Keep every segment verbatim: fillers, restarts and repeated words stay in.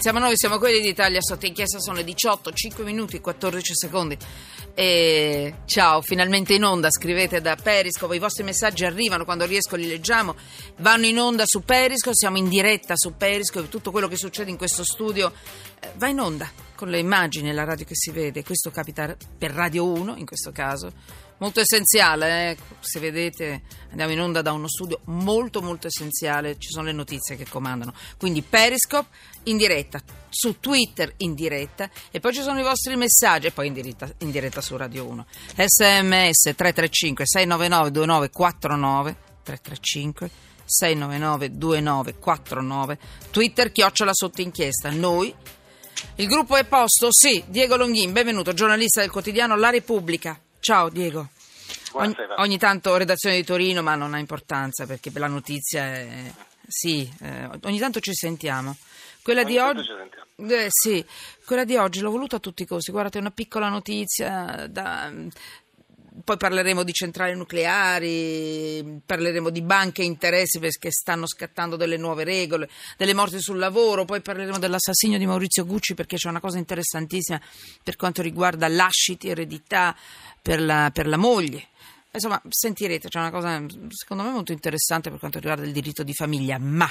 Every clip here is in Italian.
Siamo noi, siamo quelli di Italia Sotto Inchiesta, sono le diciotto, cinque minuti e quattordici secondi. E ciao, finalmente in onda, scrivete da Periscope, i vostri messaggi arrivano, quando riesco li leggiamo, vanno in onda su Periscope, siamo in diretta su Periscope, tutto quello che succede in questo studio eh, va in onda con le immagini e la radio che si vede. Questo capita per Radio uno in questo caso, molto essenziale, eh? Se vedete andiamo in onda da uno studio molto molto essenziale, ci sono le notizie che comandano, quindi Periscope in diretta, su Twitter in diretta, e poi ci sono i vostri messaggi, e poi in diretta, in diretta su Radio uno. sms tre tre cinque sei nove nove due nove quattro nove, tre tre cinque sei nove nove due nove quattro nove, Twitter chiocciola sotto inchiesta. Noi, il gruppo è posto, sì. Diego Longhin, benvenuto, giornalista del quotidiano La Repubblica. Ciao Diego. Ogni, ogni tanto redazione di Torino, ma non ha importanza perché la notizia è... Sì, eh, ogni tanto ci sentiamo. Quella ogni di oggi... Eh, sì, quella di oggi l'ho voluta a tutti i costi. Guardate, una piccola notizia da... Poi parleremo di centrali nucleari, parleremo di banche e interessi perché stanno scattando delle nuove regole, delle morti sul lavoro, poi parleremo dell'assassinio di Maurizio Gucci perché c'è una cosa interessantissima per quanto riguarda lasciti, eredità per la, per la moglie. Insomma, sentirete, c'è una cosa secondo me molto interessante per quanto riguarda il diritto di famiglia, ma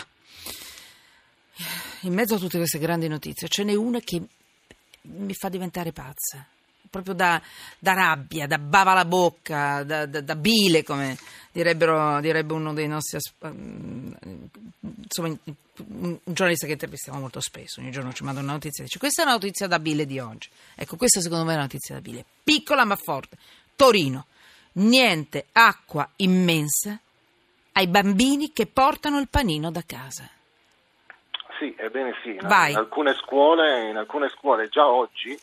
in mezzo a tutte queste grandi notizie ce n'è una che mi fa diventare pazza. Proprio da, da rabbia, da bava alla bocca, da, da, da bile, come direbbero, direbbe uno dei nostri, insomma, un giornalista che intervistiamo molto spesso. Ogni giorno ci manda una notizia e dice: questa è una notizia da bile di oggi. Ecco, questa secondo me è una notizia da bile, piccola ma forte. Torino, niente acqua immensa ai bambini che portano il panino da casa. Sì, ebbene sì, Vai. in alcune scuole, in alcune scuole già oggi.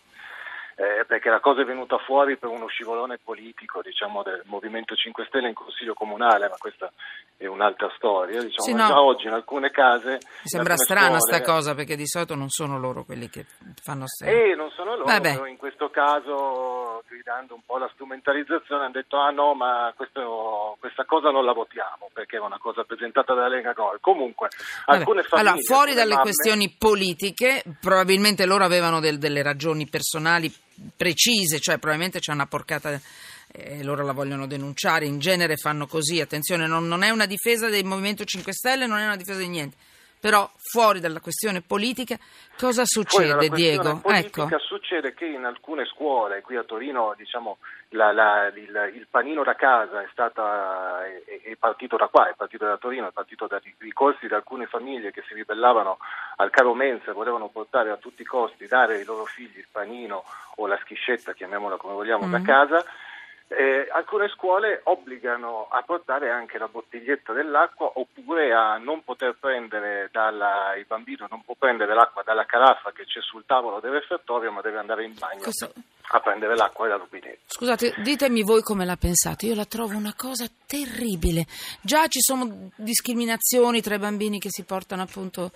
Eh, perché la cosa è venuta fuori per uno scivolone politico, diciamo, del Movimento cinque Stelle in Consiglio Comunale, ma questa è un'altra storia, diciamo. Sì, ma no. Già oggi in alcune case... Mi sembra strana scuole, sta cosa, perché di solito non sono loro quelli che fanno... Eh, non sono loro, Vabbè. Però in questo caso, gridando un po' la strumentalizzazione, hanno detto: ah no, ma questo, questa cosa non la votiamo, perché è una cosa presentata dalla Lega Nord. Comunque, Vabbè. alcune famiglie... Allora, fuori dalle mamme, questioni politiche, probabilmente loro avevano del, delle ragioni personali precise, cioè probabilmente c'è una porcata e eh, loro la vogliono denunciare, in genere fanno così, attenzione, non, non è una difesa del Movimento cinque Stelle, non è una difesa di niente, però fuori dalla questione politica cosa succede, Diego? Politica, ecco. Succede che in alcune scuole, qui a Torino, diciamo, la, la, il, il panino da casa è, stata, è, è partito da qua, è partito da Torino, è partito dai ricorsi di alcune famiglie che si ribellavano al caro mensa, volevano portare a tutti i costi, dare ai loro figli il panino o la schiscetta, chiamiamola come vogliamo, mm. da casa. Eh, alcune scuole obbligano a portare anche la bottiglietta dell'acqua, oppure a non poter prendere dalla, il bambino non può prendere l'acqua dalla caraffa che c'è sul tavolo del refettorio, ma deve andare in bagno Cosa... a prendere l'acqua dal rubinetto. Scusate, ditemi voi come la pensate. Io la trovo una cosa terribile. Già ci sono discriminazioni tra i bambini che si portano appunto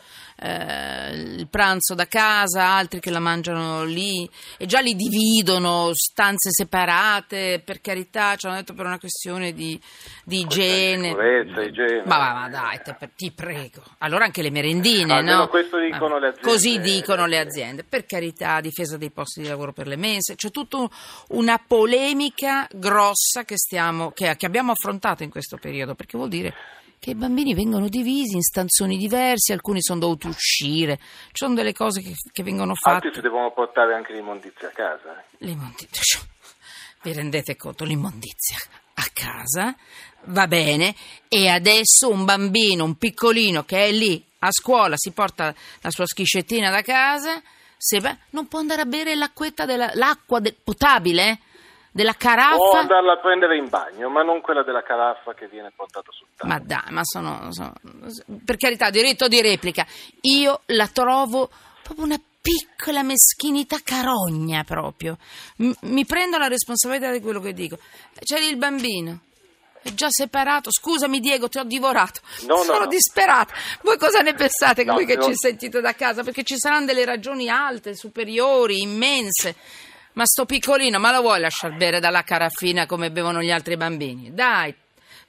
eh, il pranzo da casa, altri che la mangiano lì, e già li dividono, stanze separate, per carità, ci hanno detto per una questione di, di igiene. Sicurezza, igiene. Ma, ma, ma dai, te, ti prego. Allora anche le merendine, Almeno no? Questo dicono le aziende. Così dicono le aziende. Per carità, difesa dei posti di lavoro per le mense. C'è tutta una polemica grossa che, stiamo, che, che abbiamo affrontato in questo periodo, perché vuol dire che i bambini vengono divisi in stanzoni diversi, alcuni sono dovuti uscire, ci sono delle cose che, che vengono fatte. Altri si devono portare anche l'immondizia a casa. Eh. L'immondizia, vi rendete conto, l'immondizia a casa, va bene, e adesso un bambino, un piccolino che è lì a scuola, si porta la sua schiscettina da casa, se va, non può andare a bere l'acquetta della, l'acqua de, potabile della caraffa. Può andarla a prendere in bagno, ma non quella della caraffa che viene portata sul tavolo. Ma dai, ma sono, sono per carità, diritto di replica. Io la trovo proprio una piccola meschinità carogna proprio. M- mi prendo la responsabilità di quello che dico. C'è lì il bambino, è già separato. Scusami Diego, ti ho divorato. No, Sono no, no. disperata. Voi cosa ne pensate, no, voi che no. ci sentite da casa? Perché ci saranno delle ragioni alte, superiori, immense. Ma sto piccolino, ma lo vuoi lasciar bere dalla caraffina come bevono gli altri bambini? Dai,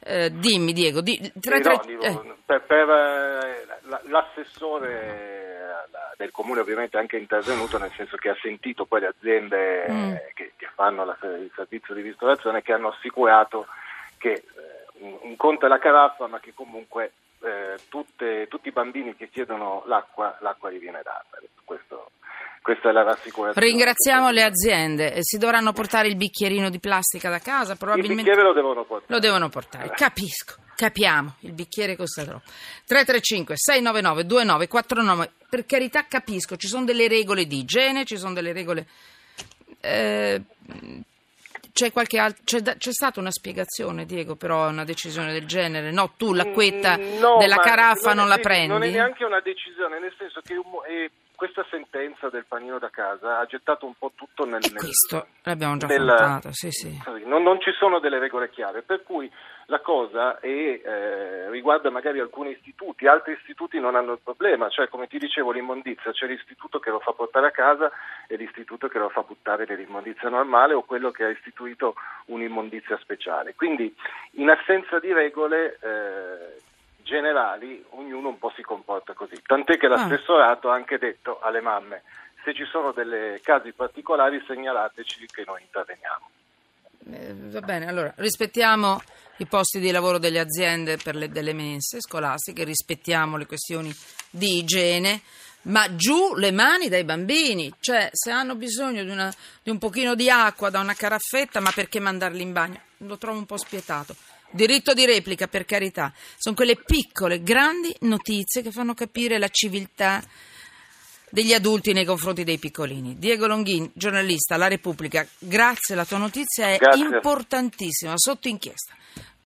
Eh, dimmi Diego, di, tre, eh, tre, no, dico, eh. per, per eh, l'assessore del comune ovviamente è anche intervenuto, nel senso che ha sentito poi le aziende mm. che, che fanno la, il servizio di ristorazione, che hanno assicurato che eh, un, un conto è la caraffa, ma che comunque eh, tutte, tutti i bambini che chiedono l'acqua, l'acqua gli viene data. Questo, questa è la rassicurazione. Ringraziamo le aziende, si dovranno portare il bicchierino di plastica da casa, probabilmente. Il bicchiere lo devono portare. Lo devono portare, capisco, capiamo, il bicchiere costa troppo. tre tre cinque sei nove nove due nove quattro nove, per carità capisco, ci sono delle regole di igiene, ci sono delle regole... Eh, c'è qualche alt- c'è, da- c'è stata una spiegazione, Diego, però una decisione del genere? No, tu l'acquetta no, della caraffa non, non la sì, prendi? Non è neanche una decisione, nel senso che un, eh, questa sentenza del panino da casa ha gettato un po' tutto nel... E nel questo l'abbiamo già nel, affrontato, sì, sì. Non, non ci sono delle regole chiare, per cui la cosa è, eh, riguarda magari alcuni istituti, altri istituti non hanno il problema, cioè come ti dicevo l'immondizia, c'è l'istituto che lo fa portare a casa e l'istituto che lo fa buttare nell'immondizia normale o quello che ha istituito un'immondizia speciale. Quindi in assenza di regole eh, generali ognuno un po' si comporta così, tant'è che l'assessorato ha anche detto alle mamme: se ci sono delle casi particolari segnalateci che noi interveniamo. Eh, va bene, allora rispettiamo i posti di lavoro delle aziende per le, delle mense scolastiche, rispettiamo le questioni di igiene, ma giù le mani dai bambini, cioè se hanno bisogno di, una, di un pochino di acqua da una caraffetta, ma perché mandarli in bagno? Lo trovo un po' spietato. Diritto di replica, per carità, sono quelle piccole, grandi notizie che fanno capire la civiltà degli adulti nei confronti dei piccolini. Diego Longhin, giornalista, La Repubblica, grazie, la tua notizia è Grazie. importantissima, sotto inchiesta.